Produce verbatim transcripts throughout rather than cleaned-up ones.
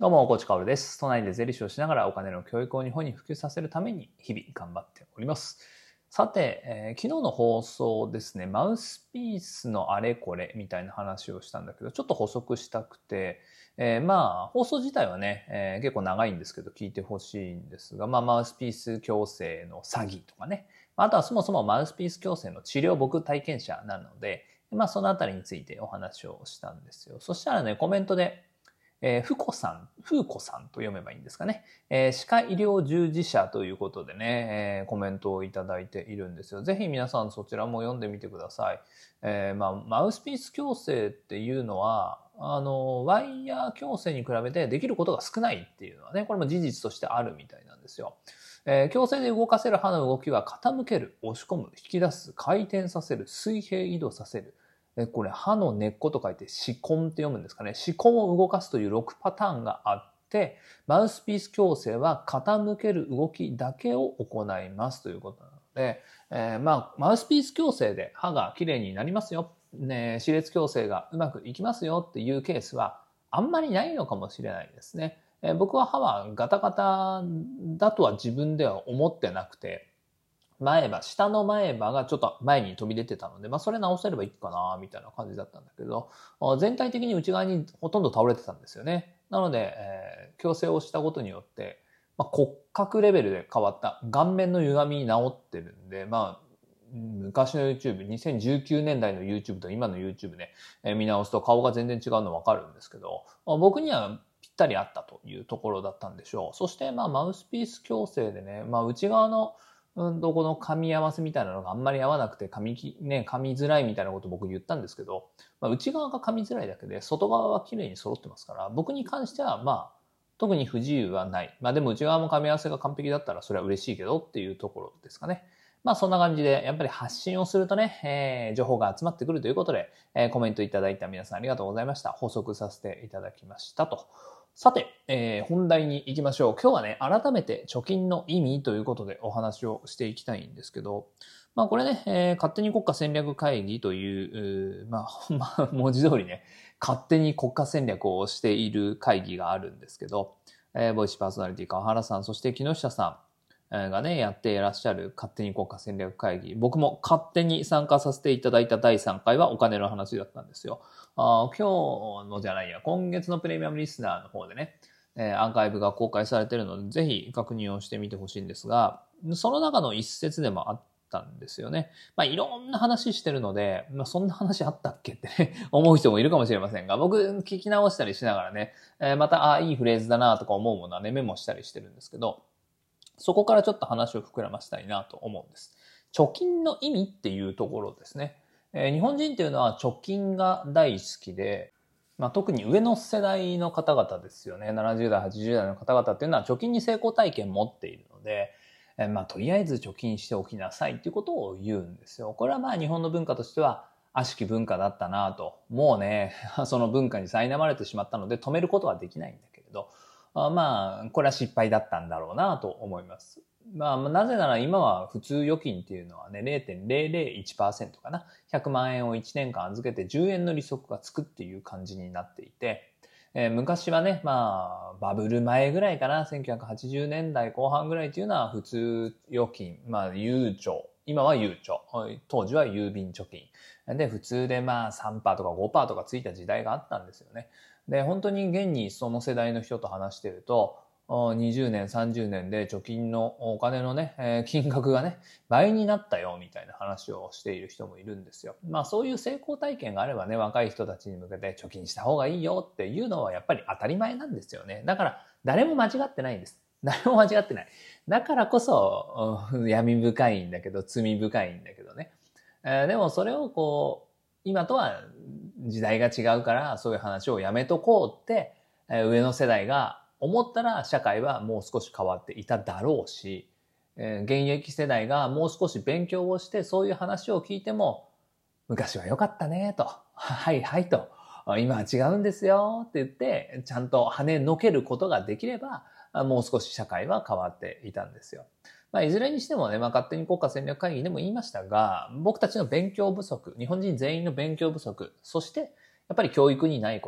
どうも、コーチカオルです。都内で税理士をしながらお金の教育を日本に普及させるために日々頑張っております。さて、えー、昨日の放送ですね、マウスピースのあれこれみたいな話をしたんだけど、ちょっと補足したくて、えー、まあ、放送自体はね、えー、結構長いんですけど聞いてほしいんですが、まあ、マウスピース矯正の詐欺とかね、あとはそもそもマウスピース矯正の治療、僕体験者なので、まあ、そのあたりについてお話をしたんですよ。そしたらね、コメントで、えー、ふこさん、ふうこさんと読めばいいんですかね。えー、歯科医療従事者ということでね、えー、コメントをいただいているんですよ。ぜひ皆さんそちらも読んでみてください。えー、まあ、マウスピース矯正っていうのは、あの、ワイヤー矯正に比べてできることが少ないっていうのはね、これも事実としてあるみたいなんですよ。えー、矯正で動かせる歯の動きは傾ける、押し込む、引き出す、回転させる、水平移動させる。えこれ歯の根っこと書いて歯根って読むんですかね。歯根を動かすというろくパターンがあって、マウスピース矯正は傾ける動きだけを行いますということなので、えー、まあマウスピース矯正で歯がきれいになりますよ、ね、歯列矯正がうまくいきますよっていうケースはあんまりないのかもしれないですね。えー、僕は歯はガタガタだとは自分では思ってなくて、前歯、下の前歯がちょっと前に飛び出てたので、まあそれ直せればいいかな、みたいな感じだったんだけど、全体的に内側にほとんど倒れてたんですよね。なので、えー、矯正をしたことによって、まあ、骨格レベルで変わった。顔面の歪みに治ってるんで、まあ、昔の YouTube、にせんじゅうきゅうねんだいの YouTube と今の YouTube で、ね、見直すと顔が全然違うの分かるんですけど、僕にはぴったり合ったというところだったんでしょう。そして、まあ、マウスピース矯正でね、まあ、内側のうんと、この噛み合わせみたいなのがあんまり合わなくて噛みき、ね、噛みづらいみたいなことを僕言ったんですけど、まあ、内側が噛みづらいだけで、外側は綺麗に揃ってますから、僕に関しては、まあ、特に不自由はない。まあでも内側も噛み合わせが完璧だったらそれは嬉しいけどっていうところですかね。まあそんな感じで、やっぱり発信をするとね、えー、情報が集まってくるということで、えー、コメントいただいた皆さんありがとうございました。補足させていただきましたと。さて、えー、本題に行きましょう。今日はね、改めて貯金の意味ということでお話をしていきたいんですけど、まあこれね、えー、勝手に国家戦略会議という、うまあ、まあ、文字通りね、勝手に国家戦略をしている会議があるんですけど、えー、ボイシーパーソナリティ川原さん、そして木下さんがね、やっていらっしゃる勝手に国家戦略会議。僕も勝手に参加させていただいただいさんかいはお金の話だったんですよ。あ今日のじゃないや、今月のプレミアムリスナーの方でね、えー、アーカイブが公開されているので、ぜひ確認をしてみてほしいんですが、その中の一節でもあったんですよね。まあ、いろんな話してるので、まあ、そんな話あったっけってね、思う人もいるかもしれませんが、僕聞き直したりしながらね、えー、また、ああ、いいフレーズだなとか思うものはね、メモしたりしてるんですけど、そこからちょっと話を膨らましたいなと思うんです。貯金の意味っていうところですね。えー、日本人っていうのは貯金が大好きで、まあ、特に上の世代の方々ですよね。ななじゅうだい、はちじゅうだいの方々っていうのは貯金に成功体験持っているので、えー、まあ、とりあえず貯金しておきなさいっていうことを言うんですよ。これはまあ日本の文化としては悪しき文化だったなと。もうね、その文化に苛まれてしまったので止めることはできないんだけれど、あまあ、これは失敗だったんだろうなと思います。まあ、なぜなら今は普通預金っていうのはね、ゼロてんゼロゼロいちパーセント かな。ひゃくまんえんをいちねんかん預けてじゅうえんの利息がつくっていう感じになっていて、えー、昔はね、まあ、バブル前ぐらいかな、せんきゅうひゃくはちじゅうねんだいこう半ぐらいっていうのは普通預金、まあ、ゆうちょ、今はゆうちょ、当時は郵便貯金。で、普通でまあ さんパーセント とか ごパーセント とかついた時代があったんですよね。で、本当に現にその世代の人と話していると、にじゅうねん、さんじゅうねんで貯金のお金のね、金額がね、倍になったよみたいな話をしている人もいるんですよ。まあそういう成功体験があればね、若い人たちに向けて貯金した方がいいよっていうのはやっぱり当たり前なんですよね。だから誰も間違ってないんです。誰も間違ってない。だからこそ闇深いんだけど、罪深いんだけどね。えー、でもそれをこう、今とは時代が違うからそういう話をやめとこうって、えー、上の世代が思ったら社会はもう少し変わっていただろうし、えー、現役世代がもう少し勉強をしてそういう話を聞いても昔は良かったねと、はいはいと、今は違うんですよって言ってちゃんと跳ねのけることができればもう少し社会は変わっていたんですよ。まあ、いずれにしてもね、まあ、勝手に国家戦略会議でも言いましたが、僕たちの勉強不足、日本人全員の勉強不足、そしてやっぱり教育にないこと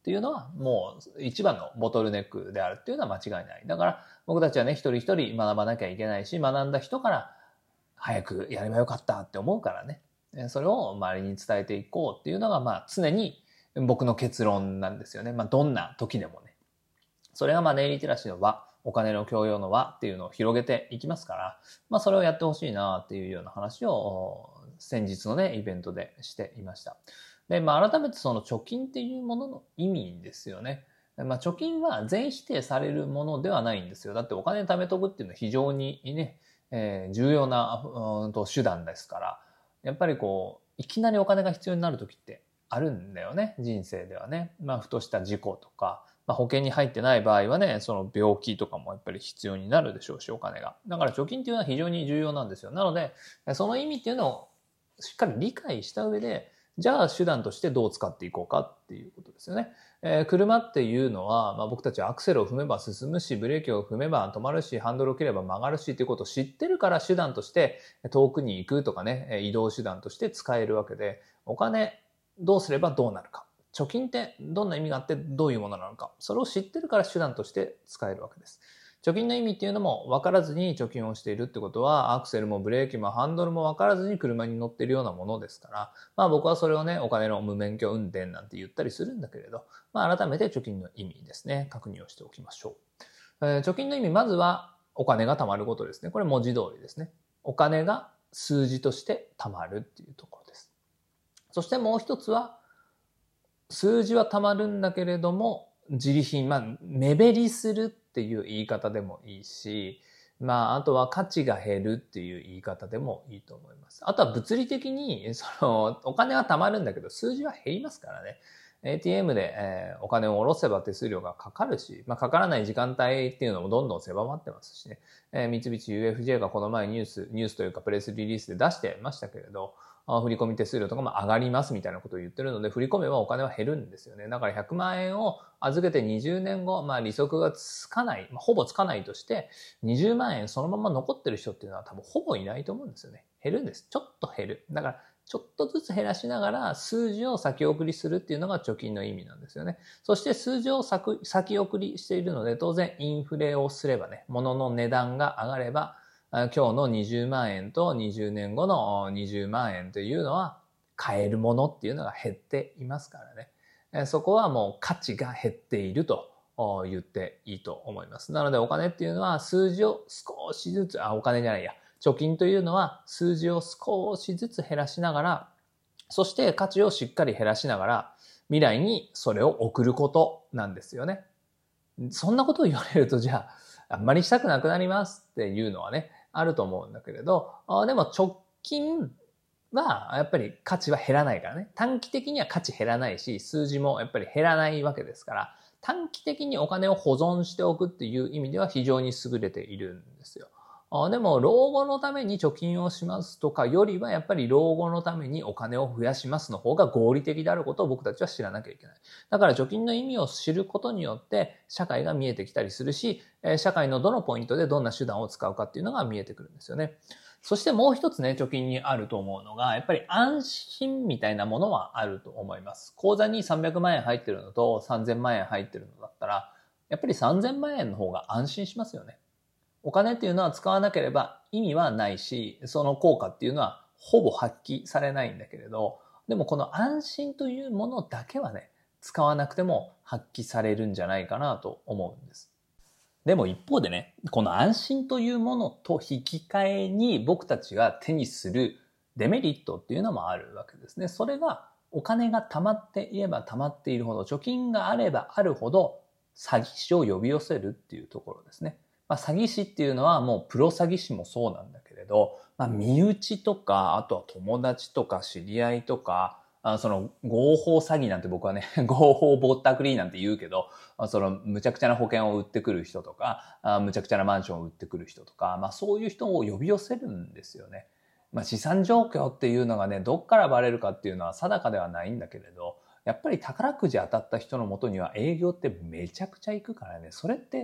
っていうのはもう一番のボトルネックであるっていうのは間違いない。だから僕たちはね、一人一人学ばなきゃいけないし、学んだ人から早くやればよかったって思うからね。それを周りに伝えていこうっていうのが、まあ常に僕の結論なんですよね。まあどんな時でもね。それがまあネイリテラシーの輪、お金の教養の輪っていうのを広げていきますから、まあそれをやってほしいなっていうような話を先日のね、イベントでしていました。で、まあ改めてその貯金っていうものの意味ですよね。まあ貯金は全否定されるものではないんですよ。だってお金貯めとくっていうのは非常にね、えー、重要な、うん、と手段ですから、やっぱりこう、いきなりお金が必要になる時ってあるんだよね、人生ではね。まあふとした事故とか、まあ、保険に入ってない場合はね、その病気とかもやっぱり必要になるでしょうし、お金が。だから貯金っていうのは非常に重要なんですよ。なので、その意味っていうのをしっかり理解した上で、じゃあ手段としてどう使っていこうかっていうことですよね。えー、車っていうのは、まあ、僕たちはアクセルを踏めば進むし、ブレーキを踏めば止まるし、ハンドルを切れば曲がるしっていうことを知ってるから手段として遠くに行くとかね、移動手段として使えるわけで、お金どうすればどうなるか。貯金ってどんな意味があってどういうものなのか。それを知ってるから手段として使えるわけです。貯金の意味っていうのも分からずに貯金をしているってことは、アクセルもブレーキもハンドルも分からずに車に乗っているようなものですから、まあ僕はそれをね、お金の無免許運転なんて言ったりするんだけれど、まあ改めて貯金の意味ですね、確認をしておきましょう。えー、貯金の意味、まずはお金が貯まることですね。これ文字通りですね。お金が数字として貯まるっていうところです。そしてもう一つは、数字は貯まるんだけれども、自利品、まあ、目減りするっていう言い方でもいいし、まあ、あとは価値が減るっていう言い方でもいいと思います。あとは物理的に、その、お金は貯まるんだけど、数字は減りますからね。エーティーエム で、えー、お金を下ろせば手数料がかかるし、まあ、かからない時間帯っていうのもどんどん狭まってますしね。えー、三菱 ユーエフジェー がこの前ニュース、ニュースというかプレスリリースで出してましたけれど、振込手数料とかも上がりますみたいなことを言ってるので、振り込めばお金は減るんですよね。だからひゃくまんえんを預けてにじゅうねんご、まあ利息がつかない、まあ、ほぼつかないとして、にじゅうまんえんそのまま残ってる人っていうのは多分ほぼいないと思うんですよね。減るんです。ちょっと減る。だから、ちょっとずつ減らしながら数字を先送りするっていうのが貯金の意味なんですよね。そして数字を先送りしているので、当然インフレをすればね、物の値段が上がれば、今日のにじゅうまんえんとにじゅうねんごのにじゅうまんえんというのは買えるものっていうのが減っていますからね。そこはもう価値が減っていると言っていいと思います。なのでお金っていうのは数字を少しずつ、あ、お金じゃないや、貯金というのは数字を少しずつ減らしながら、そして価値をしっかり減らしながら未来にそれを送ることなんですよね。そんなことを言われるとじゃあ、あんまりしたくなくなりますっていうのはね、あると思うんだけれど、でも直近はやっぱり価値は減らないからね。短期的には価値減らないし、数字もやっぱり減らないわけですから、短期的にお金を保存しておくっていう意味では非常に優れているんですよ。でも老後のために貯金をしますとかよりはやっぱり老後のためにお金を増やしますの方が合理的であることを僕たちは知らなきゃいけない。だから貯金の意味を知ることによって社会が見えてきたりするし、社会のどのポイントでどんな手段を使うかっていうのが見えてくるんですよね。そしてもう一つね、貯金にあると思うのが、やっぱり安心みたいなものはあると思います。口座にさんびゃくまんえん入ってるのとさんぜんまんえん入ってるのだったら、やっぱりさんぜんまんえんの方が安心しますよね。お金っていうのは使わなければ意味はないし、その効果っていうのはほぼ発揮されないんだけれど、でもこの安心というものだけはね、使わなくても発揮されるんじゃないかなと思うんです。でも一方でね、この安心というものと引き換えに僕たちが手にするデメリットっていうのもあるわけですね。それがお金が貯まっていれば貯まっているほど、貯金があればあるほど詐欺師を呼び寄せるっていうところですね。まあ、詐欺師っていうのはもうプロ詐欺師もそうなんだけれど、まあ、身内とか、あとは友達とか知り合いとか、あその合法詐欺なんて僕はね、合法ぼったくりなんて言うけど、そのむちゃくちゃな保険を売ってくる人とか、むちゃくちゃなマンションを売ってくる人とか、まあそういう人を呼び寄せるんですよね。まあ資産状況っていうのがね、どっからバレるかっていうのは定かではないんだけれど、やっぱり宝くじ当たった人の元には営業ってめちゃくちゃ行くからね、それって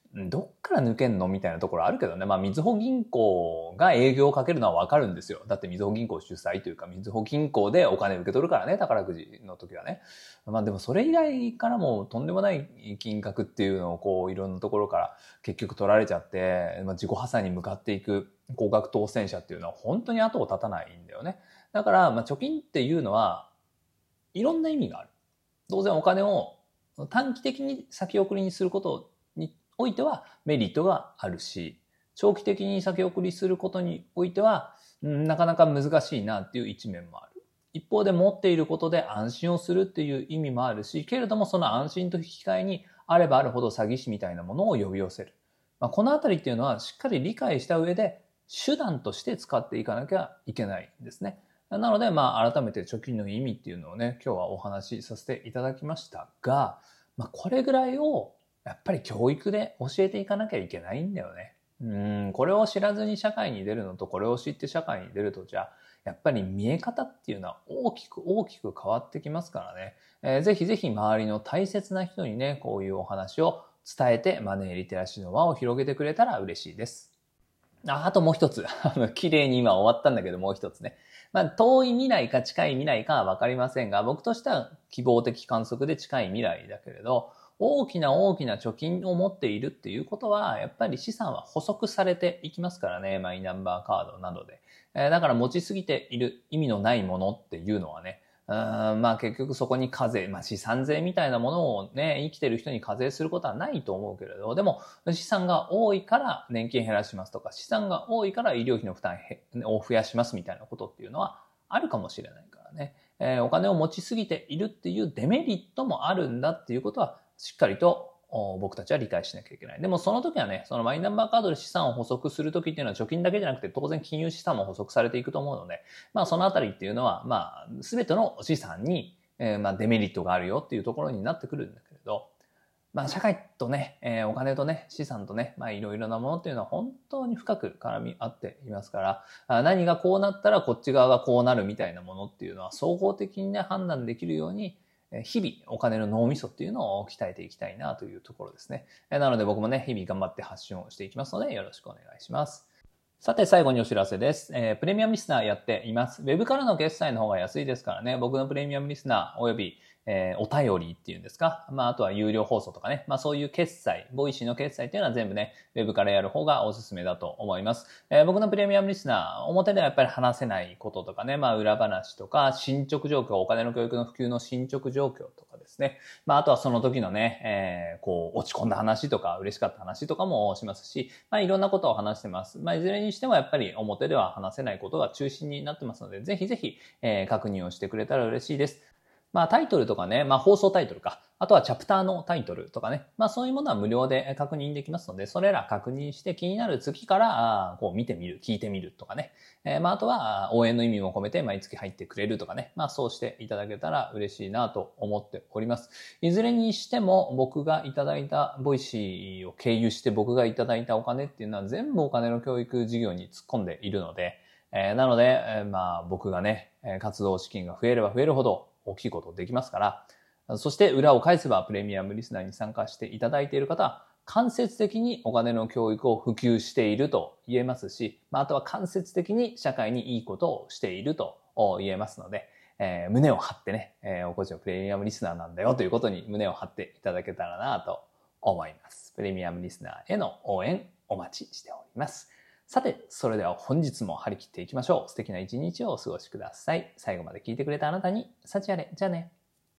どっから抜けんのみたいなところあるけどね。まあ、みずほ銀行が営業をかけるのはわかるんですよ。だってみずほ銀行主催というか、みずほ銀行でお金受け取るからね、宝くじの時はね。まあでもそれ以外からもとんでもない金額っていうのをこういろんなところから結局取られちゃって、まあ、自己破産に向かっていく高額当選者っていうのは本当に後を絶たないんだよね。だから、まあ貯金っていうのはいろんな意味がある。当然お金を短期的に先送りにすることにおいてはメリットがあるし、長期的に先送りすることにおいては、うん、なかなか難しいなっていう一面もある。一方で持っていることで安心をするっていう意味もあるし、けれどもその安心と引き換えにあればあるほど詐欺師みたいなものを呼び寄せる。まあ、このあたりっていうのはしっかり理解した上で手段として使っていかなきゃいけないんですね。なので、まあ改めて貯金の意味っていうのをね、今日はお話しさせていただきましたが、まあこれぐらいをやっぱり教育で教えていかなきゃいけないんだよね。うん、これを知らずに社会に出るのと、これを知って社会に出るとじゃ、やっぱり見え方っていうのは大きく大きく変わってきますからね。えー、ぜひぜひ周りの大切な人にね、こういうお話を伝えてマネーリテラシーの輪を広げてくれたら嬉しいです。あ、あともう一つ。綺麗に今終わったんだけどもう一つね。まあ、遠い未来か近い未来かはわかりませんが、僕としては希望的観測で近い未来だけれど、大きな大きな貯金を持っているっていうことは、やっぱり資産は補足されていきますからね、マイナンバーカードなどで。えー、だから持ちすぎている意味のないものっていうのはね、うーんまあ結局そこに課税、まあ資産税みたいなものをね、生きてる人に課税することはないと思うけれど、でも資産が多いから年金減らしますとか、資産が多いから医療費の負担を増やしますみたいなことっていうのはあるかもしれないからね。えー、お金を持ちすぎているっていうデメリットもあるんだっていうことはしっかりと僕たちは理解しなきゃいけない。でもその時はね、そのマイナンバーカードで資産を補足する時っていうのは貯金だけじゃなくて当然金融資産も補足されていくと思うので、まあそのあたりっていうのは、まあ全ての資産に、えー、まあデメリットがあるよっていうところになってくるんだけれど、まあ社会とね、えー、お金とね、資産とね、まあいろいろなものっていうのは本当に深く絡み合っていますから、何がこうなったらこっち側がこうなるみたいなものっていうのは総合的にね、判断できるように、日々お金の脳みそっていうのを鍛えていきたいなというところですね。なので僕もね、日々頑張って発信をしていきますのでよろしくお願いします。さて最後にお知らせです。えー、プレミアムリスナーやっています。ウェブからの決済の方が安いですからね、僕のプレミアムリスナーおよびえー、お便りっていうんですか。まあ、あとは有料放送とかね。まあ、そういう決済、ボイシーの決済っていうのは全部ね、ウェブからやる方がおすすめだと思います。えー、僕のプレミアムリスナー、表ではやっぱり話せないこととかね、まあ、裏話とか、進捗状況、お金の教育の普及の進捗状況とかですね。まあ、あとはその時のね、えー、こう、落ち込んだ話とか、嬉しかった話とかもしますし、まあ、いろんなことを話してます。まあ、いずれにしてもやっぱり表では話せないことが中心になってますので、ぜひぜひ、えー、確認をしてくれたら嬉しいです。まあタイトルとかね、まあ放送タイトルか、あとはチャプターのタイトルとかね、まあそういうものは無料で確認できますので、それら確認して気になる月からこう見てみる、聞いてみるとかね、えー、まああとは応援の意味も込めて毎月入ってくれるとかね、まあそうしていただけたら嬉しいなと思っております。いずれにしても僕がいただいた、ボイシーを経由して僕がいただいたお金っていうのは全部お金の教育事業に突っ込んでいるので、えー、なので、えー、まあ僕がね、活動資金が増えれば増えるほど大きいことできますから、そして裏を返せばプレミアムリスナーに参加していただいている方は間接的にお金の教育を普及していると言えますし、あとは間接的に社会にいいことをしていると言えますので、えー、胸を張ってね、えー、おこちのプレミアムリスナーなんだよということに胸を張っていただけたらなと思います。プレミアムリスナーへの応援お待ちしております。さて、それでは本日も張り切っていきましょう。素敵な一日をお過ごしください。最後まで聞いてくれたあなたに、幸あれ。じゃあね。